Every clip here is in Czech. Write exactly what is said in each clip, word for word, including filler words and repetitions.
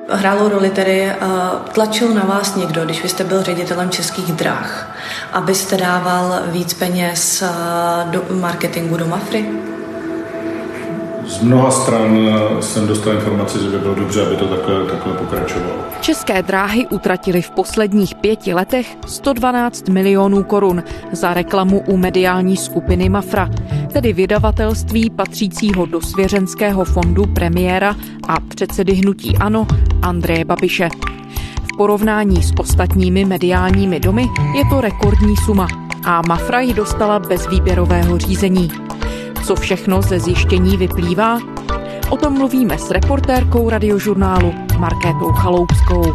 Hrálo roli tedy, tlačil na vás někdo, když vy jste byl ředitelem Českých drah, abyste dával víc peněz do marketingu do Mafry? Z mnoha stran jsem dostal informaci, že by bylo dobře, aby to takhle, takhle pokračovalo. České dráhy utratily v posledních pěti letech sto dvanáct milionů korun za reklamu u mediální skupiny Mafra, tedy vydavatelství patřícího do svěřenského fondu premiéra a předsedy hnutí ANO Andreje Babiše. V porovnání s ostatními mediálními domy je to rekordní suma a Mafra ji dostala bez výběrového řízení. Co všechno ze zjištění vyplývá? O tom mluvíme s reportérkou Radiožurnálu Markétou Chaloupskou.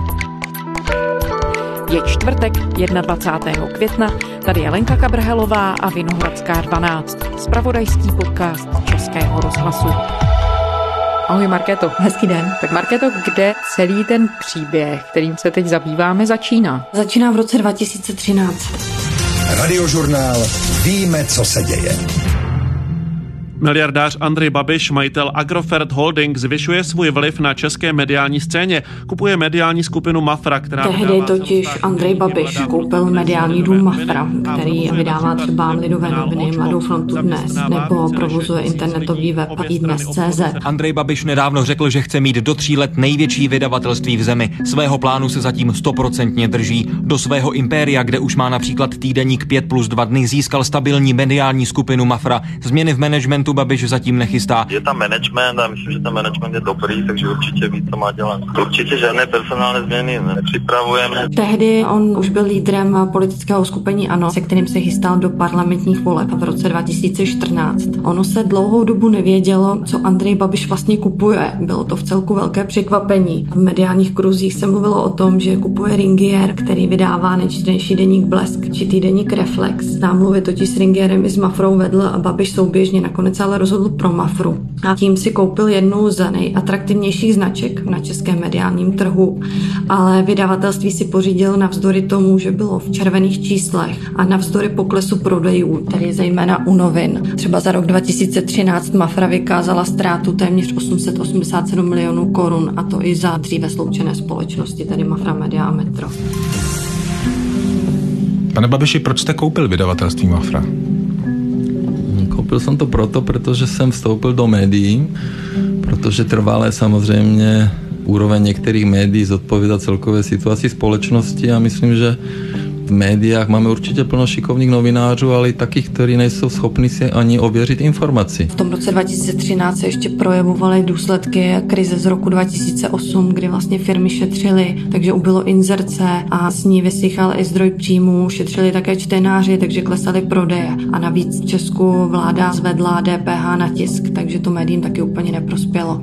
Je čtvrtek, dvacátého prvního května, tady je Lenka Kabrhelová a Vinohradská dvanáct, zpravodajský podcast Českého rozhlasu. Ahoj Markéto. Hezký den. Tak Markéto, kde celý ten příběh, kterým se teď zabýváme, začíná? Začíná v roce dva tisíce třináct. Radiožurnál Víme, co se děje. Miliardář Andrej Babiš, majitel Agrofert Holding, zvyšuje svůj vliv na české mediální scéně. Kupuje mediální skupinu Mafra, která Tehdy totiž Andrej Babiš koupil mediální dům Mafra, který vydává třeba Lidové noviny, Mladou frontu Dnes, nebo provozuje internetový web iDnes tečka cé zet. Andrej Babiš nedávno řekl, že chce mít do tří let největší vydavatelství v zemi. Svého plánu se zatím stoprocentně drží. Do svého impéria, kde už má například týdeník pět plus dva dny, získal stabilní mediální skupinu Mafra. Změny v managementu Babiš zatím nechystá. Je tam management a myslím, že ten management je dobrý, takže určitě ví, co má dělat. Určitě žádné personální změny nepřipravujeme. Tehdy on už byl lídrem politického uskupení ANO, se kterým se chystal do parlamentních voleb v roce dva tisíce čtrnáct. Ono se dlouhou dobu nevědělo, co Andrej Babiš vlastně kupuje. Bylo to v celku velké překvapení. V mediálních kruzích se mluvilo o tom, že kupuje Ringier, který vydává nejčtenější deník Blesk či týdeník Reflex. Námluvy totiž s Ringierem i s Mafrou vedl a Babiš souběžně nakonec ale rozhodl pro Mafru. A tím si koupil jednu z nejatraktivnějších značek na českém mediálním trhu. Ale vydavatelství si pořídil navzdory tomu, že bylo v červených číslech a navzdory poklesu prodejů, tedy zejména u novin. Třeba za rok dva tisíce třináct Mafra vykázala ztrátu téměř osm set osmdesát sedm milionů korun, a to i za dříve sloučené společnosti, tedy Mafra Media a Metro. Pane Babiši, proč jste koupil vydavatelství Mafra? Koupil jsem to proto, protože jsem vstoupil do médií, protože trvalé samozřejmě úroveň některých médií zodpovídá celkové situaci společnosti a myslím, že v médiách máme určitě plno šikovných novinářů, ale i takých, kteří nejsou schopni si ani ověřit informaci. V tom roce dva tisíce třináct se ještě projevovaly důsledky krize z roku dva tisíce osm, kdy vlastně firmy šetřily, takže ubylo inzerce a s ní vysychal i zdroj příjmů, šetřili také čtenáři, takže klesaly prodeje. A navíc v Česku vláda zvedla D P H na tisk, takže to médiím taky úplně neprospělo.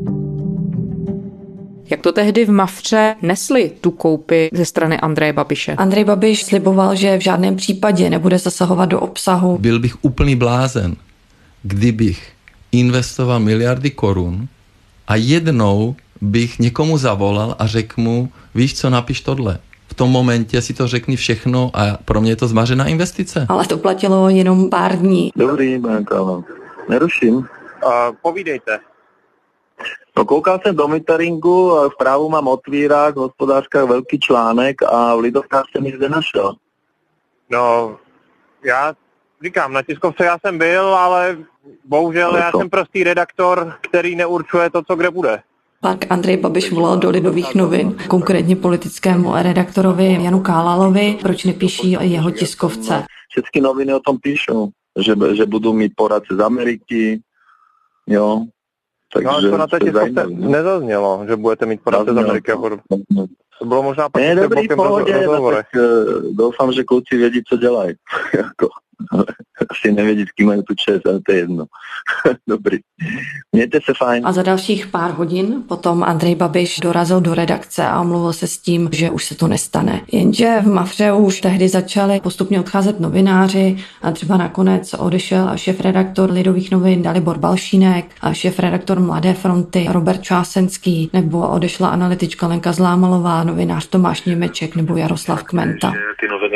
Jak to tehdy v Mafře nesli tu koupi ze strany Andreje Babiše? Andrej Babiš sliboval, že v žádném případě nebude zasahovat do obsahu. Byl bych úplný blázen, kdybych investoval miliardy korun a jednou bych někomu zavolal a řekl mu, víš co, napiš tohle. V tom momentě si to řekni všechno a pro mě je to zmařená investice. Ale to platilo jenom pár dní. Dobrý, Banka, neruším. Uh, povídejte. No, koukal jsem do monitoringu, zprávu mám otvírák, v Hospodářkách velký článek a v Lidovkách jsem nic nenašel. No, já říkám, na tiskovce já jsem byl, ale bohužel no já jsem prostý redaktor, který neurčuje to, co kde bude. Pak Andrej Babiš volal do Lidových novin, konkrétně politickému redaktorovi Janu Kálalovi, proč nepíší jeho tiskovce. Všechny noviny o tom píšou, že, že budou mít poradce z Ameriky, jo. Takže no, ale to na té tiskovce nezaznělo, že budete mít poradce z Ameriky. To bylo možná pak v dobrý pohodě, tak uh, doufám, že kluci vědí, co dělají. Asi nevědí, s kým mají tu čest, ale to je jedno. Dobrý. Mějte se fajn. A za dalších pár hodin potom Andrej Babiš dorazil do redakce a omluvil se s tím, že už se to nestane. Jenže v Mafře už tehdy začali postupně odcházet novináři a třeba nakonec odešel šéfredaktor Lidových novin Dalibor Balšínek a šéfredaktor Mladé fronty Robert Čásenský, nebo odešla analytička Lenka Zlámalová, novinář Tomáš Němeček nebo Jaroslav Kmenta. Ty noviny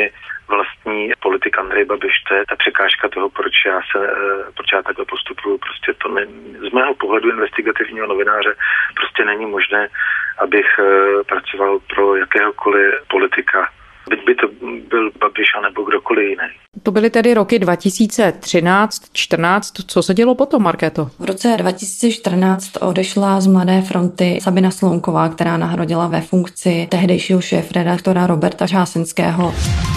vlastní politik Andrej Babiš. To je ta překážka toho, proč já, se, proč já takhle postupuju. Prostě to ne, z mého pohledu investigativního novináře prostě není možné, abych pracoval pro jakéhokoliv politika. Byť by to byl Babiš anebo kdokoliv jiný. To byly tedy roky dva tisíce třináct čtrnáct. Co se dělo potom, Markéto? V roce dva tisíce čtrnáct odešla z Mladé fronty Sabina Slonková, která nahradila ve funkci tehdejšího šéfredaktora Roberta Žásenského.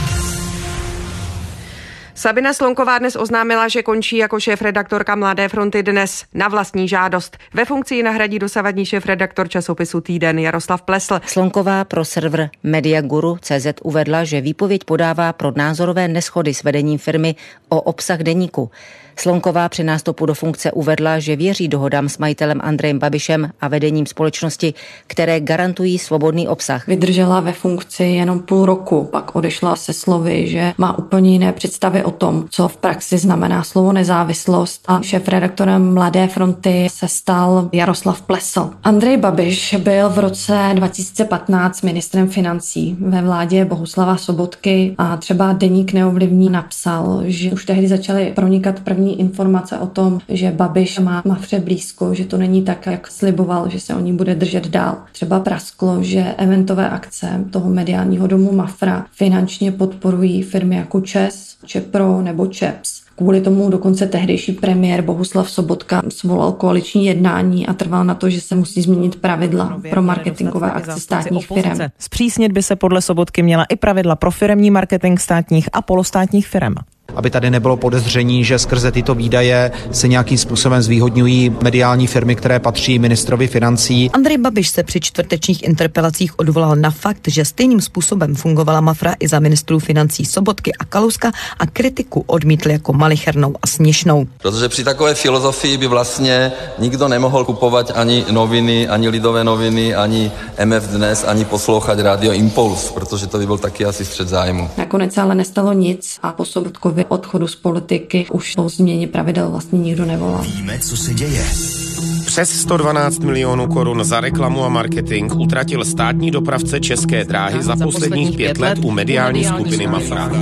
Sabina Slonková dnes oznámila, že končí jako šéfredaktorka Mladé fronty dnes na vlastní žádost. Ve funkci ji nahradí dosavadní šéfredaktor časopisu Týden Jaroslav Plesl. Slonková pro server Mediaguru tečka cé zet uvedla, že výpověď podává pro názorové neshody s vedením firmy o obsah deníku. Slonková při nástupu do funkce uvedla, že věří dohodám s majitelem Andrejem Babišem a vedením společnosti, které garantují svobodný obsah. Vydržela ve funkci jenom půl roku, pak odešla se slovy, že má úplně jiné představy o tom, co v praxi znamená slovo nezávislost, a šéfredaktorem Mladé fronty se stal Jaroslav Plesl. Andrej Babiš byl v roce dva tisíce patnáct ministrem financí ve vládě Bohuslava Sobotky a třeba deník Neovlivní napsal, že už tehdy začaly pronikat první informace o tom, že Babiš má Mafře blízko, že to není tak, jak sliboval, že se o ní bude držet dál. Třeba prasklo, že eventové akce toho mediálního domu Mafra finančně podporují firmy jako ČES, ČEPRO nebo ČEPS. Kvůli tomu dokonce tehdejší premiér Bohuslav Sobotka svolal koaliční jednání a trval na to, že se musí změnit pravidla pro marketingové akce státních firem. Zpřísnit by se podle Sobotky měla i pravidla pro firemní marketing státních a polostátních firem. Aby tady nebylo podezření, že skrze tyto výdaje se nějakým způsobem zvýhodňují mediální firmy, které patří ministrovi financí. Andrej Babiš se při čtvrtečních interpelacích odvolal na fakt, že stejným způsobem fungovala Mafra i za ministrů financí Sobotky a Kalouska a kritiku odmítl jako malichernou a směšnou. Protože při takové filozofii by vlastně nikdo nemohl kupovat ani noviny, ani Lidové noviny, ani em ef Dnes, ani poslouchat Radio Impuls, protože to by byl taky asi střet zájmu. Nakonec ale nestalo nic a po Sobotkovi odchodu z politiky už po změně pravidel vlastně nikdo nevolal. Víme, co se děje. Přes sto dvanáct milionů korun za reklamu a marketing utratil státní dopravce České dráhy za posledních pět let u mediální skupiny Mafra.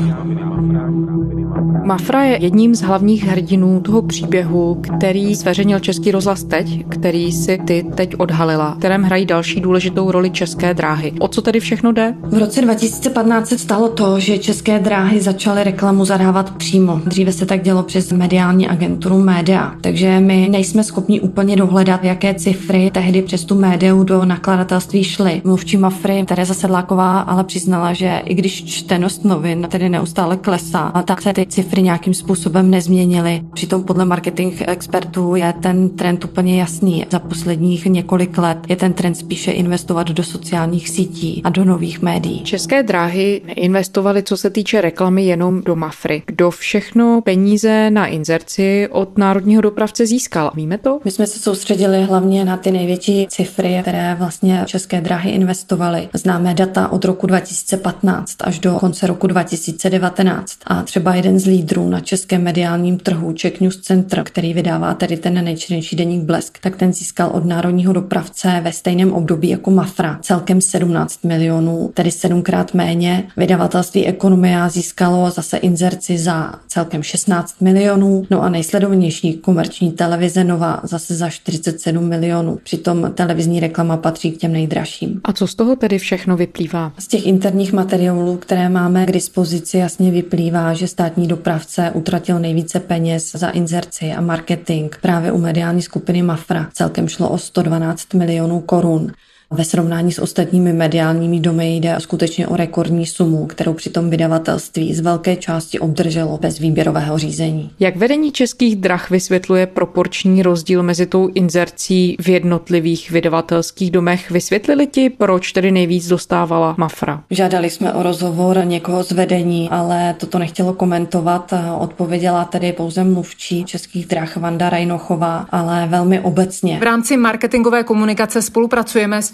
Mafra je jedním z hlavních hrdinů toho příběhu, který zveřejnil Český rozhlas teď, který si ty teď odhalila, kterém hrají další důležitou roli České dráhy. O co tedy všechno jde? V roce dva tisíce patnáct se stalo to, že České dráhy začaly reklamu zadávat přímo. Dříve se tak dělo přes mediální agenturu Média, takže my nejsme schopni úplně dohledat, jaké cifry tehdy přes tu Médiu do nakladatelství šly. Mluvčí Mafry Tereza Sedláková ale přiznala, že i když čtenost novin tedy neustále klesá, tak se ty cifry nějakým způsobem nezměnily. Přitom podle marketing expertů je ten trend úplně jasný. Za posledních několik let je ten trend spíše investovat do sociálních sítí a do nových médií. České dráhy neinvestovaly, co se týče reklamy, jenom do Mafry. Kdo všechno peníze na inzerci od národního dopravce získal? Víme to? My jsme se soustředili hlavně na ty největší cifry, které vlastně České dráhy investovaly. Známe data od roku dva tisíce patnáct až do konce roku dva tisíce devatenáct. A třeba jeden z lídrů na českém mediálním trhu, Czech News Center, který vydává tedy ten nejčernější deník Blesk, tak ten získal od národního dopravce ve stejném období jako Mafra celkem sedmnáct milionů, tedy sedmkrát méně. Vydavatelství Ekonomia získalo zase inzerci za celkem šestnáct milionů, no a nejsledovanější komerční televize Nova zase za čtyřicet sedm milionů. Přitom televizní reklama patří k těm nejdražším. A co z toho tedy všechno vyplývá? Z těch interních materiálů, které máme k dispozici, jasně vyplývá, že státní dopravce utratil nejvíce peněz za inzerci a marketing právě u mediální skupiny Mafra. Celkem šlo o sto dvanáct milionů korun. Ve srovnání s ostatními mediálními domy jde skutečně o rekordní sumu, kterou přitom vydavatelství z velké části obdrželo bez výběrového řízení. Jak vedení Českých drah vysvětluje proporční rozdíl mezi tou inzercí v jednotlivých vydavatelských domech? Vysvětlili ti, proč tedy nejvíc dostávala Mafra? Žádali jsme o rozhovor někoho z vedení, ale toto nechtělo komentovat. Odpověděla tedy pouze mluvčí Českých drah Vanda Rajnochová, ale velmi obecně. V rámci marketingové komunikace spolupracujeme s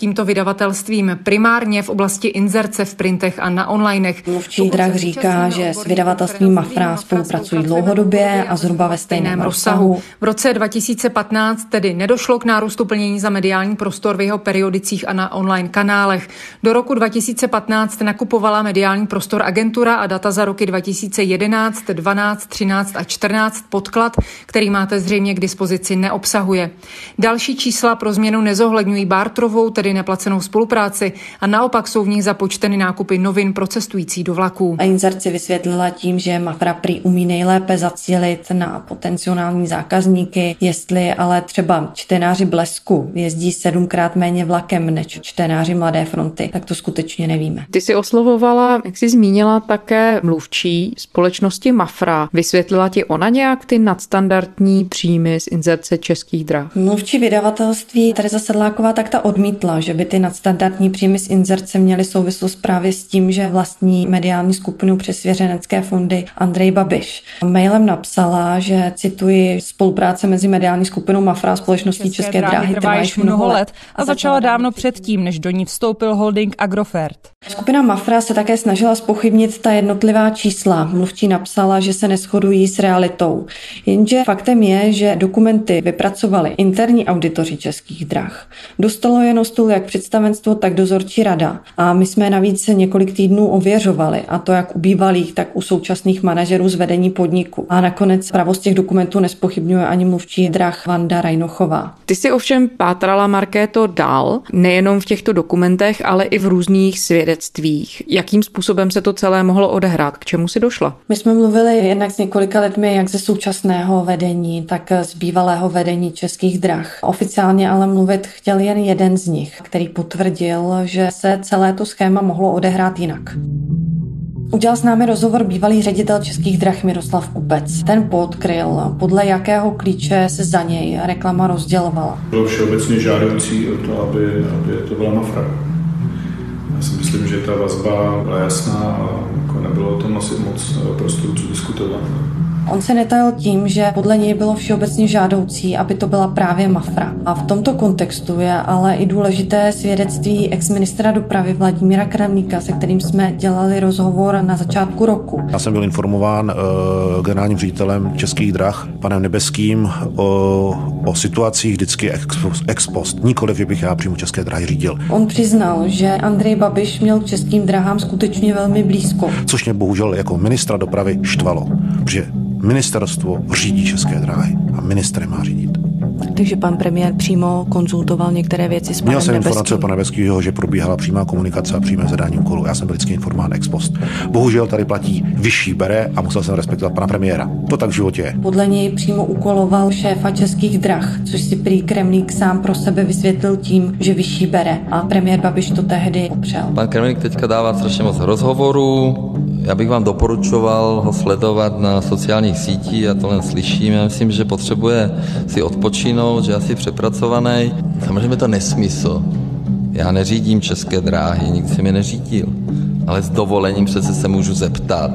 tímto vydavatelstvím primárně v oblasti inzerce v printech a na onlinech. Mluvčí Drach říká, že s vydavatelstvím Mafra spolupracují dlouhodobě a zhruba ve stejném rozsahu. V roce dva tisíce patnáct tedy nedošlo k nárůstu plnění za mediální prostor v jeho periodicích a na online kanálech. Do roku dva tisíce patnáct nakupovala mediální prostor agentura a data za roky dva tisíce jedenáct, dvanáct, třináct a čtrnáct podklad, který máte zřejmě k dispozici, neobsahuje. Další čísla pro změnu nezohledňují barterovou, tedy neplacenou spolupráci, a naopak jsou v nich započteny nákupy novin pro cestující do vlaků. A inzerci vysvětlila tím, že Mafra prý umí nejlépe zacílit na potenciální zákazníky, jestli ale třeba čtenáři Blesku jezdí sedmkrát méně vlakem než čtenáři Mladé fronty, tak to skutečně nevíme. Ty jsi oslovovala, jak jsi zmínila, také mluvčí společnosti Mafra. Vysvětlila ti ona nějak ty nadstandardní příjmy z inzerce Českých drah? Mluvčí vydavatelství Tereza Sedláková tak ta odmítla, že by ty nadstandardní příjmy z inzerce měly souvislost právě s tím, že vlastní mediální skupinu přes svěřenecké fondy Andrej Babiš. Mailem napsala, že cituji, spolupráce mezi mediální skupinou Mafra a společností České, České dráhy trvá již mnoho let a začala dávno předtím, než do ní vstoupil holding Agrofert. Skupina Mafra se také snažila zpochybnit ta jednotlivá čísla. Mluvčí napsala, že se neshodují s realitou. Jenže faktem je, že dokumenty vypracovali interní auditoři Českých drah. Dostalo je na stůl jak představenstvo, tak dozorčí rada. A my jsme navíc několik týdnů ověřovali, a to jak u bývalých, tak u současných manažerů z vedení podniku. A nakonec pravost těch dokumentů nespochybňuje ani mluvčí drah Vanda Rajnochová. Ty si ovšem pátrala, Markéto, dál, nejenom v těchto dokumentech, ale i v různých svědectvích. Jakým způsobem se to celé mohlo odehrát? K čemu si došla? My jsme mluvili jednak s několika lidmi, jak ze současného vedení, tak z bývalého vedení Českých drah. Oficiálně ale mluvit chtěl jen jeden z nich, který potvrdil, že se celé to schéma mohlo odehrát jinak. Udělal s námi rozhovor bývalý ředitel Českých drah Miroslav Kupec. Ten podkryl, podle jakého klíče se za něj reklama rozdělovala. Bylo všeobecně žádoucí o to, aby, aby to byla Mafra. Já si myslím, že ta vazba byla jasná a jako nebylo o tom asi moc prostoru co diskutovat. On se netajil tím, že podle něj bylo všeobecně žádoucí, aby to byla právě Mafra. A v tomto kontextu je ale i důležité svědectví exministra dopravy Vladimíra Kremlíka, se kterým jsme dělali rozhovor na začátku roku. Já jsem byl informován uh, generálním ředitelem Českých drah, panem Nebeským, o, o situacích vždycky ex, ex post. Nikoliv, že bych já přímo České dráhy řídil. On přiznal, že Andrej Babiš měl k Českým drahám skutečně velmi blízko. Což mě bohužel jako ministra dopravy štvalo, protože ministerstvo řídí České dráhy a ministr má řídit. Takže pan premiér přímo konzultoval některé věci s panem Měl jsem Nebeským. informace od pana Nebeského, že probíhala přímá komunikace a přímé zadání úkolu. Já jsem byl vždycky informován ex post. Bohužel tady platí vyšší bere a musel jsem respektovat pana premiéra. To tak v životě je. Podle něj přímo úkoloval šéfa Českých drah, což si prý Kremlík sám pro sebe vysvětlil tím, že vyšší bere, a premiér Babiš to tehdy popřel. Pan Kremlík teďka dává strašně moc rozhovorů. Já bych vám doporučoval ho sledovat na sociálních sítích, já to len slyším. Já myslím, že potřebuje si odpočinout, že je asi přepracovaný. Samozřejmě to nesmysl. Já neřídím České dráhy, nikdy jsem je neřídil. Ale s dovolením přece se můžu zeptat,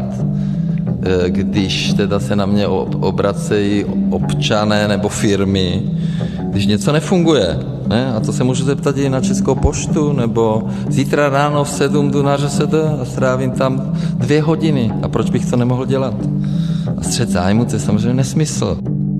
když teda se na mě obracejí občané nebo firmy, když něco nefunguje. Ne? A to se můžu zeptat i na Českou poštu, nebo zítra ráno v sedm jdu na ŘSD a strávím tam dvě hodiny. A proč bych to nemohl dělat? A střet zájmu, to je samozřejmě nesmysl.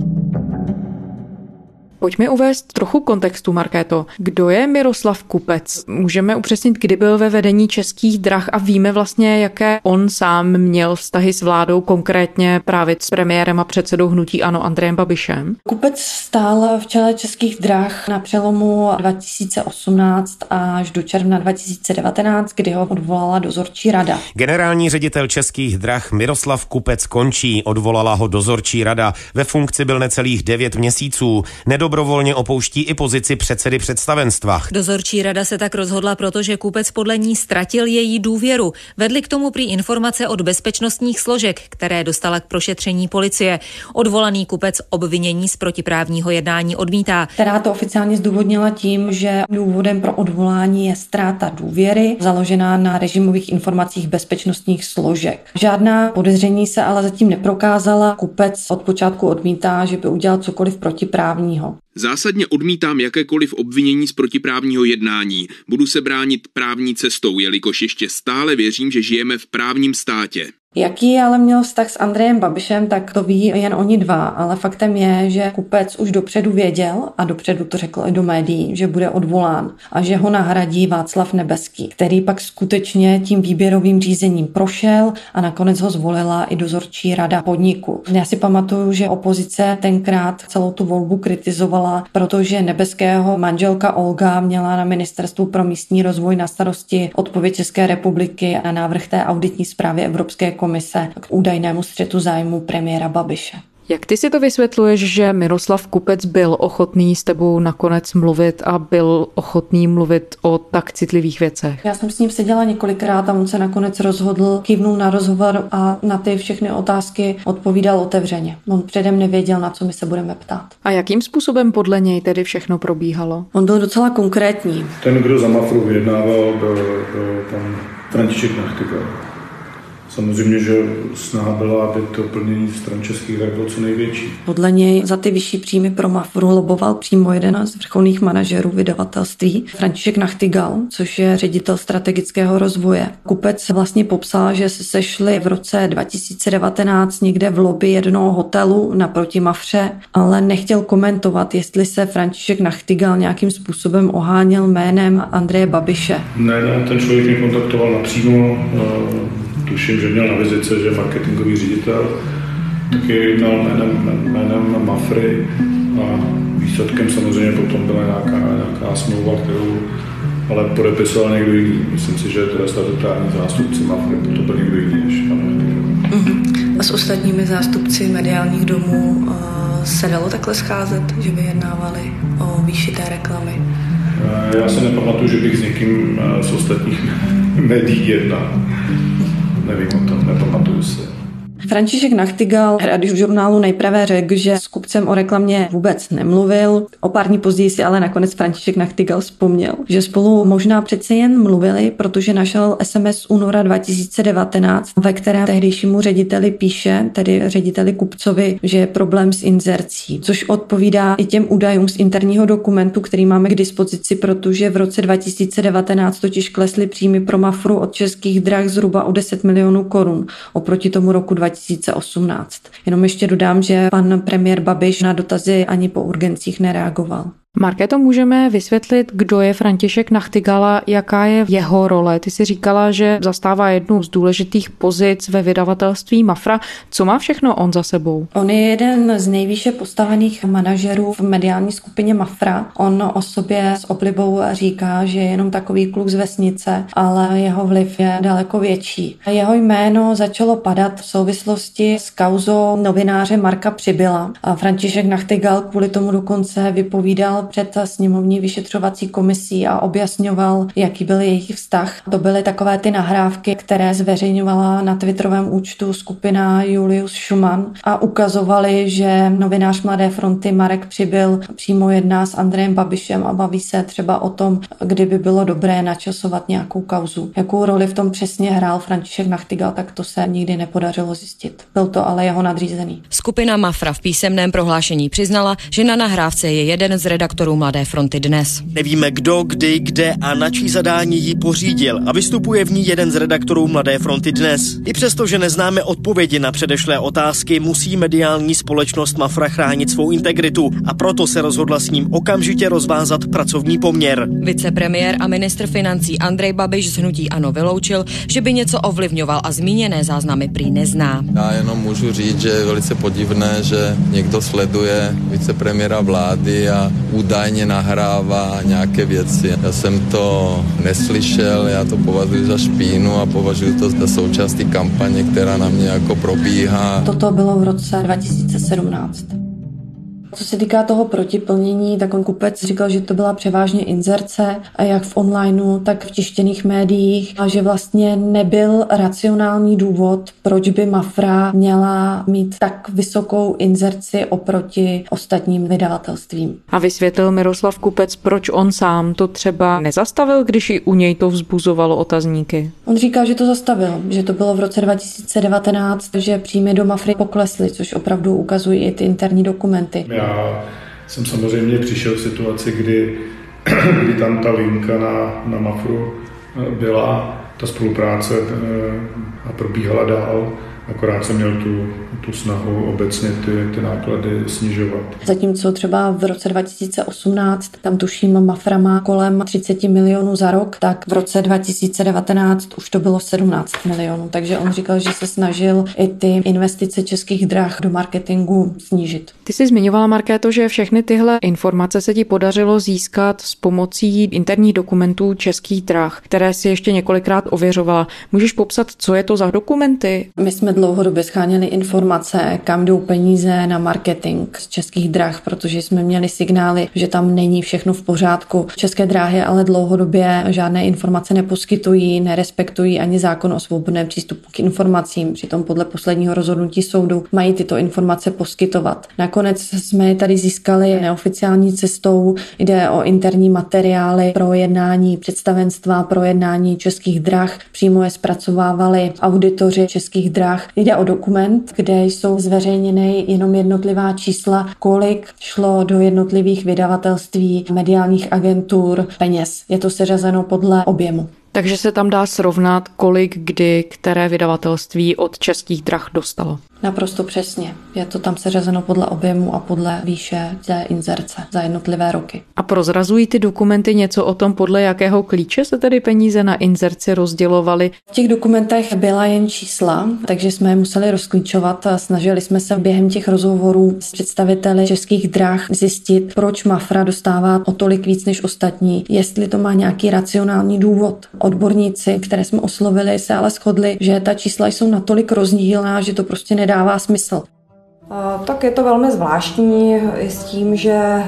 Pojďme uvést trochu kontextu, Markéto. Kdo je Miroslav Kupec? Můžeme upřesnit, kdy byl ve vedení Českých drah a víme vlastně, jaké on sám měl vztahy s vládou, konkrétně právě s premiérem a předsedou hnutí ANO Andrejem Babišem? Kupec stál v čele Českých drah na přelomu dva tisíce osmnáct až do června dva tisíce devatenáct, kdy ho odvolala dozorčí rada. Generální ředitel Českých drah Miroslav Kupec končí, odvolala ho dozorčí rada. Ve funkci byl necelých devět měsíců. Nedobrovolně opouští i pozici předsedy představenstva. Dozorčí rada se tak rozhodla, protože Kupec podle ní ztratil její důvěru. Vedly k tomu prý informace od bezpečnostních složek, které dostala k prošetření policie. Odvolaný Kupec obvinění z protiprávního jednání odmítá. Která to oficiálně zdůvodnila tím, že důvodem pro odvolání je ztráta důvěry, založená na režimových informacích bezpečnostních složek. Žádná podezření se ale zatím neprokázala. Kupec od počátku odmítá, že by udělal cokoliv protiprávního. Zásadně odmítám jakékoliv obvinění z protiprávního jednání. Budu se bránit právní cestou, jelikož ještě stále věřím, že žijeme v právním státě. Jaký ale měl vztah s Andrejem Babišem, tak to ví jen oni dva, ale faktem je, že Kupec už dopředu věděl a dopředu to řekl i do médií, že bude odvolán a že ho nahradí Václav Nebeský, který pak skutečně tím výběrovým řízením prošel a nakonec ho zvolila i dozorčí rada podniku. Já si pamatuju, že opozice tenkrát celou tu volbu kritizovala, protože Nebeského manželka Olga měla na Ministerstvu pro místní rozvoj na starosti odpověď České republiky a návrh té auditní zprávy Evropské komise k údajnému střetu zájmu premiéra Babiše. Jak ty si to vysvětluješ, že Miroslav Kupec byl ochotný s tebou nakonec mluvit a byl ochotný mluvit o tak citlivých věcech? Já jsem s ním seděla několikrát a on se nakonec rozhodl, kývnul na rozhovor a na ty všechny otázky odpovídal otevřeně. On předem nevěděl, na co my se budeme ptát. A jakým způsobem podle něj tedy všechno probíhalo? On byl docela konkrétní. Ten, kdo za Mafru vyjednával, byl, byl pan František Nachtigal. Samozřejmě, že snaha byla, aby to plnění stran českých drah bylo co největší. Podle něj za ty vyšší příjmy pro Mafru loboval přímo jeden z vrcholných manažerů vydavatelství, František Nachtigal, což je ředitel strategického rozvoje. Kupec vlastně popsal, že se sešli v roce dva tisíce devatenáct někde v lobby jednoho hotelu naproti Mafře, ale nechtěl komentovat, jestli se František Nachtigal nějakým způsobem oháněl jménem Andreje Babiše. Ne, ne, ten člověk mě kontaktoval napřímo. Tuším, že měl na vizice, že marketingový ředitel, taky jednal jménem, jménem Mafry a výsledkem samozřejmě potom byla nějaká, nějaká smlouva, kterou ale podepisoval někdo jiný. Myslím si, že teda statutární zástupci Mafry to byl někdo jiný než pan mm-hmm. A s ostatními zástupci mediálních domů uh, se dalo takhle scházet, že vyjednávali o výši té reklamy? Já se nepamatuju, že bych s někým z ostatních médií jednal. Nevím o tom, nepamatuju si. František Nachtigal Radiožurnálu nejprve řekl, že s Kupcem o reklamě vůbec nemluvil. O pár dní později si ale nakonec František Nachtigal vzpomněl, že spolu možná přece jen mluvili, protože našel es em es z února dva tisíce devatenáct, ve kterém tehdejšímu řediteli píše, tedy řediteli Kupcovi, že je problém s inzercí, což odpovídá i těm údajům z interního dokumentu, který máme k dispozici, protože v roce dva tisíce devatenáct totiž klesly příjmy pro Mafru od Českých drah zhruba o deset milionů korun oproti tomu roku dva tisíce osmnáct. Jenom ještě dodám, že pan premiér Babiš na dotazy ani po urgencích nereagoval. Markéto, můžeme vysvětlit, kdo je František Nachtigala, jaká je jeho role? Ty si říkala, že zastává jednu z důležitých pozic ve vydavatelství Mafra. Co má všechno on za sebou? On je jeden z nejvýše postavených manažerů v mediální skupině Mafra. On o sobě s oblibou říká, že je jenom takový kluk z vesnice, ale jeho vliv je daleko větší. Jeho jméno začalo padat v souvislosti s kauzou novináře Marka Přibyla. A František Nachtigal kvůli tomu dokonce vypovídal před sněmovní vyšetřovací komisí a objasňoval, jaký byl jejich vztah. To byly takové ty nahrávky, které zveřejňovala na twitterovém účtu skupina Julius Schumann a ukazovali, že novinář Mladé fronty Marek Přibyl přímo jedná s Andrejem Babišem a baví se třeba o tom, kdyby bylo dobré načasovat nějakou kauzu. Jakou roli v tom přesně hrál František Nachtigal, tak to se nikdy nepodařilo zjistit. Byl to ale jeho nadřízený. Skupina Mafra v písemném prohlášení přiznala, že na nahrávce je jeden z redaktorů Mladé fronty Dnes. Nevíme kdo, kdy, kde a na čí zadání ji pořídil a vystupuje v ní jeden z redaktorů Mladé fronty Dnes. I přesto, že neznáme odpovědi na předešlé otázky, musí mediální společnost Mafra chránit svou integritu a proto se rozhodla s ním okamžitě rozvázat pracovní poměr. Vicepremiér a ministr financí Andrej Babiš z hnutí ANO vyloučil, že by něco ovlivňoval a zmíněné záznamy prý nezná. Já jenom můžu říct, že je velice podivné, že někdo sleduje vicepremiéra vlády a údajně nahrává nějaké věci. Já jsem to neslyšel, já to považuji za špínu a považuji to za součást té kampaně, která na mě jako probíhá. Toto bylo v roce dva tisíce sedmnáct. Co se týká toho protiplnění, tak on Kupec říkal, že to byla převážně inzerce, jak v onlineu, tak v tištěných médiích a že vlastně nebyl racionální důvod, proč by Mafra měla mít tak vysokou inzerci oproti ostatním vydavatelstvím. A vysvětlil Miroslav Kupec, proč on sám to třeba nezastavil, když i u něj to vzbuzovalo otazníky? On říkal, že to zastavil, že to bylo v roce dva tisíce devatenáct, že příjmy do Mafry poklesly, což opravdu ukazují i ty interní dokumenty. Já jsem samozřejmě přišel v situaci, kdy, kdy tam ta linka na, na Mafru byla, ta spolupráce a probíhala dál. Akorát jsem měl tu, tu snahu obecně ty, ty náklady snižovat. Zatímco třeba v roce dva tisíce osmnáct, tam tuším Mafra má kolem třicet milionů za rok, tak v roce dva tisíce devatenáct už to bylo sedmnáct milionů. Takže on říkal, že se snažil i ty investice Českých drah do marketingu snížit. Ty jsi zmiňovala, Markéto, že všechny tyhle informace se ti podařilo získat s pomocí interních dokumentů Českých drah, které si ještě několikrát ověřovala. Můžeš popsat, co je to za dokumenty? My jsme dlouhodobě scháněli informace, kam jdou peníze na marketing z Českých drah, protože jsme měli signály, že tam není všechno v pořádku. České dráhy ale dlouhodobě žádné informace neposkytují, nerespektují ani zákon o svobodném přístupu k informacím. Přitom podle posledního rozhodnutí soudu mají tyto informace poskytovat. Nakonec jsme je tady získali neoficiální cestou. Jde o interní materiály pro jednání představenstva, pro jednání Českých drah. Přímo je zpracovávali auditoři Českých drah. Jde o dokument, kde jsou zveřejněny jenom jednotlivá čísla, kolik šlo do jednotlivých vydavatelství, mediálních agentur, peněz. Je to seřazeno podle objemu. Takže se tam dá srovnat, kolik kdy které vydavatelství od Českých drah dostalo. Naprosto přesně. Je to tam seřazeno podle objemu a podle výše té inzerce za jednotlivé roky. A prozrazují ty dokumenty něco o tom, podle jakého klíče se tedy peníze na inzerci rozdělovaly? V těch dokumentech byla jen čísla, takže jsme je museli rozklíčovat a snažili jsme se během těch rozhovorů s představiteli Českých drah zjistit, proč Mafra dostává o tolik víc než ostatní, jestli to má nějaký racionální důvod. Odborníci, které jsme oslovili, se ale shodli, že ta čísla jsou natolik rozdílná, že to prostě nedává smysl. Tak je to velmi zvláštní i s tím, že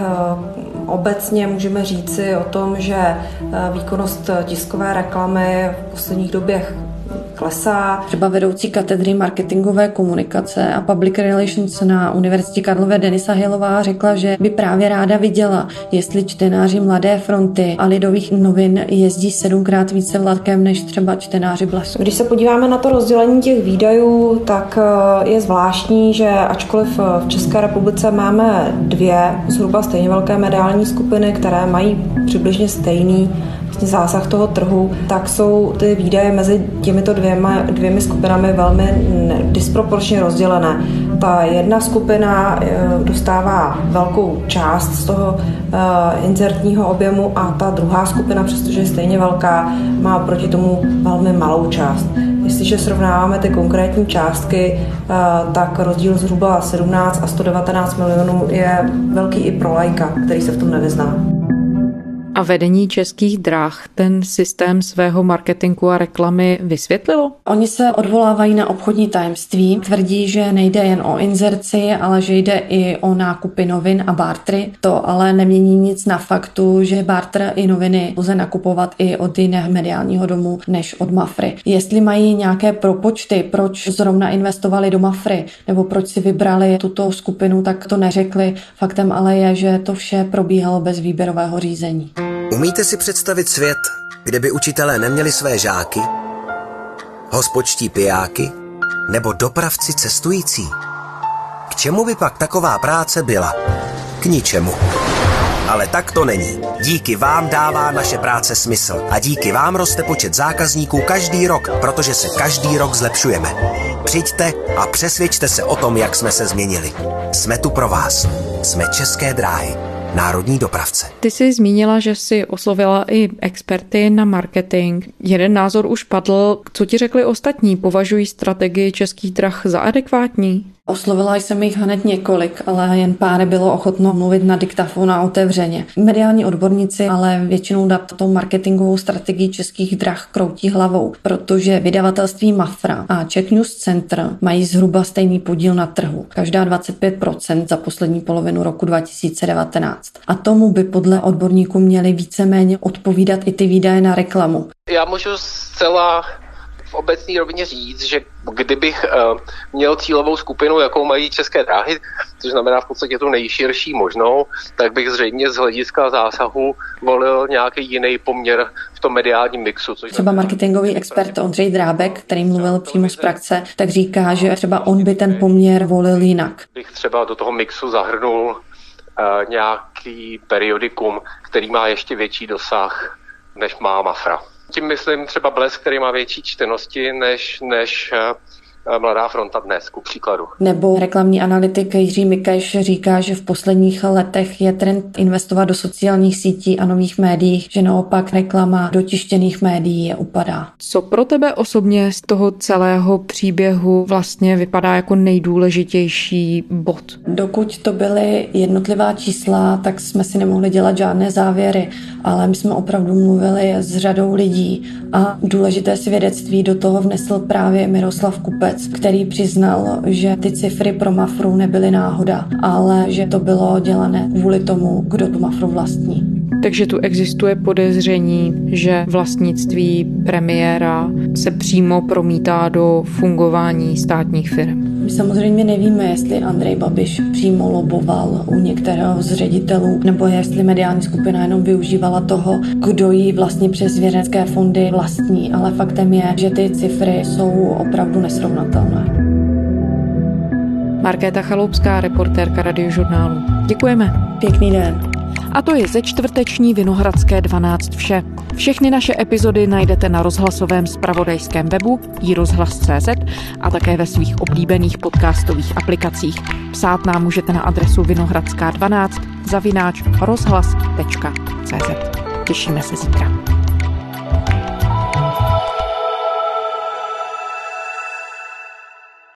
obecně můžeme říci o tom, že výkonnost tiskové reklamy v posledních dobách klesá. Třeba vedoucí katedry marketingové komunikace a public relations na Univerzitě Karlově Denisa Hillová řekla, že by právě ráda viděla, jestli čtenáři Mladé fronty a Lidových novin jezdí sedmkrát více vlakem než třeba čtenáři Blasu. Když se podíváme na to rozdělení těch výdajů, tak je zvláštní, že ačkoliv v České republice máme dvě zhruba stejně velké mediální skupiny, které mají přibližně stejný vlastně zásah toho trhu, tak jsou ty výdaje mezi těmito dvěma, dvěmi skupinami velmi disproporčně rozdělené. Ta jedna skupina dostává velkou část z toho inzertního objemu a ta druhá skupina, přestože je stejně velká, má proti tomu velmi malou část. Jestliže srovnáváme ty konkrétní částky, tak rozdíl zhruba sedmnáct a sto devatenáct milionů je velký i pro laika, který se v tom nevyzná. A vedení Českých drah ten systém svého marketingu a reklamy vysvětlilo? Oni se odvolávají na obchodní tajemství, tvrdí, že nejde jen o inzerci, ale že jde i o nákupy novin a bartry. To ale nemění nic na faktu, že bartr i noviny lze nakupovat i od jiného mediálního domu než od Mafry. Jestli mají nějaké propočty, proč zrovna investovali do Mafry, nebo proč si vybrali tuto skupinu, tak to neřekli. Faktem ale je, že to vše probíhalo bez výběrového řízení. Umíte si představit svět, kde by učitelé neměli své žáky, hospodští pijáky nebo dopravci cestující? K čemu by pak taková práce byla? K ničemu. Ale tak to není. Díky vám dává naše práce smysl a díky vám roste počet zákazníků každý rok, protože se každý rok zlepšujeme. Přijďte a přesvědčte se o tom, jak jsme se změnili. Jsme tu pro vás. Jsme České dráhy. Národní dopravce. Ty jsi zmínila, že jsi oslovila i experty na marketing. Jeden názor už padl. Co ti řekli ostatní? Považují strategii Českých drah za adekvátní? Oslovila jsem jich hned několik, ale jen pár bylo ochotno mluvit na diktafon a otevřeně. Mediální odborníci ale většinou nad tou marketingovou strategii Českých drah kroutí hlavou, protože vydavatelství Mafra a Czech News Center mají zhruba stejný podíl na trhu, každá dvacet pět procent za poslední polovinu roku dva tisíce devatenáct. A tomu by podle odborníků měly víceméně odpovídat i ty výdaje na reklamu. Já můžu zcela v obecné rovině říct, že kdybych uh, měl cílovou skupinu, jakou mají České dráhy, což znamená v podstatě tu nejširší možnou, tak bych zřejmě z hlediska zásahu volil nějaký jiný poměr v tom mediálním mixu. Což třeba marketingový expert Ondřej Drábek, který mluvil přímo z praxe, tak říká, že třeba on by ten poměr volil jinak. Bych třeba do toho mixu zahrnul nějaký periodikum, který má ještě větší dosah, než má Mafra. Tím myslím třeba Blesk, který má větší čtenosti než, než Mladá fronta dnes, ku příkladu. Nebo reklamní analytik Jiří Mikeš říká, že v posledních letech je trend investovat do sociálních sítí a nových médií, že naopak reklama do tištěných médií je upadá. Co pro tebe osobně z toho celého příběhu vlastně vypadá jako nejdůležitější bod? Dokud to byly jednotlivá čísla, tak jsme si nemohli dělat žádné závěry, ale my jsme opravdu mluvili s řadou lidí a důležité svědectví do toho vnesl právě Miroslav Kupec, který přiznal, že ty cifry pro Mafru nebyly náhoda, ale že to bylo dělané kvůli tomu, kdo tu Mafru vlastní. Takže tu existuje podezření, že vlastnictví premiéra se přímo promítá do fungování státních firm. My samozřejmě nevíme, jestli Andrej Babiš přímo loboval u některého z ředitelů, nebo jestli mediální skupina jenom využívala toho, kdo ji vlastně přes svěřenské fondy vlastní, ale faktem je, že ty cifry jsou opravdu nesrovnatelné. Markéta Chaloupská, reportérka Radiožurnálu. Děkujeme. Pěkný den. A to je ze čtvrteční Vinohradské dvanáct vše. Všechny naše epizody najdete na rozhlasovém zpravodajském webu i rozhlas tečka cé zet a také ve svých oblíbených podcastových aplikacích. Psát nám můžete na adresu vinohradská dvanáct zavináč rozhlas tečka cé zet. Těšíme se zítra.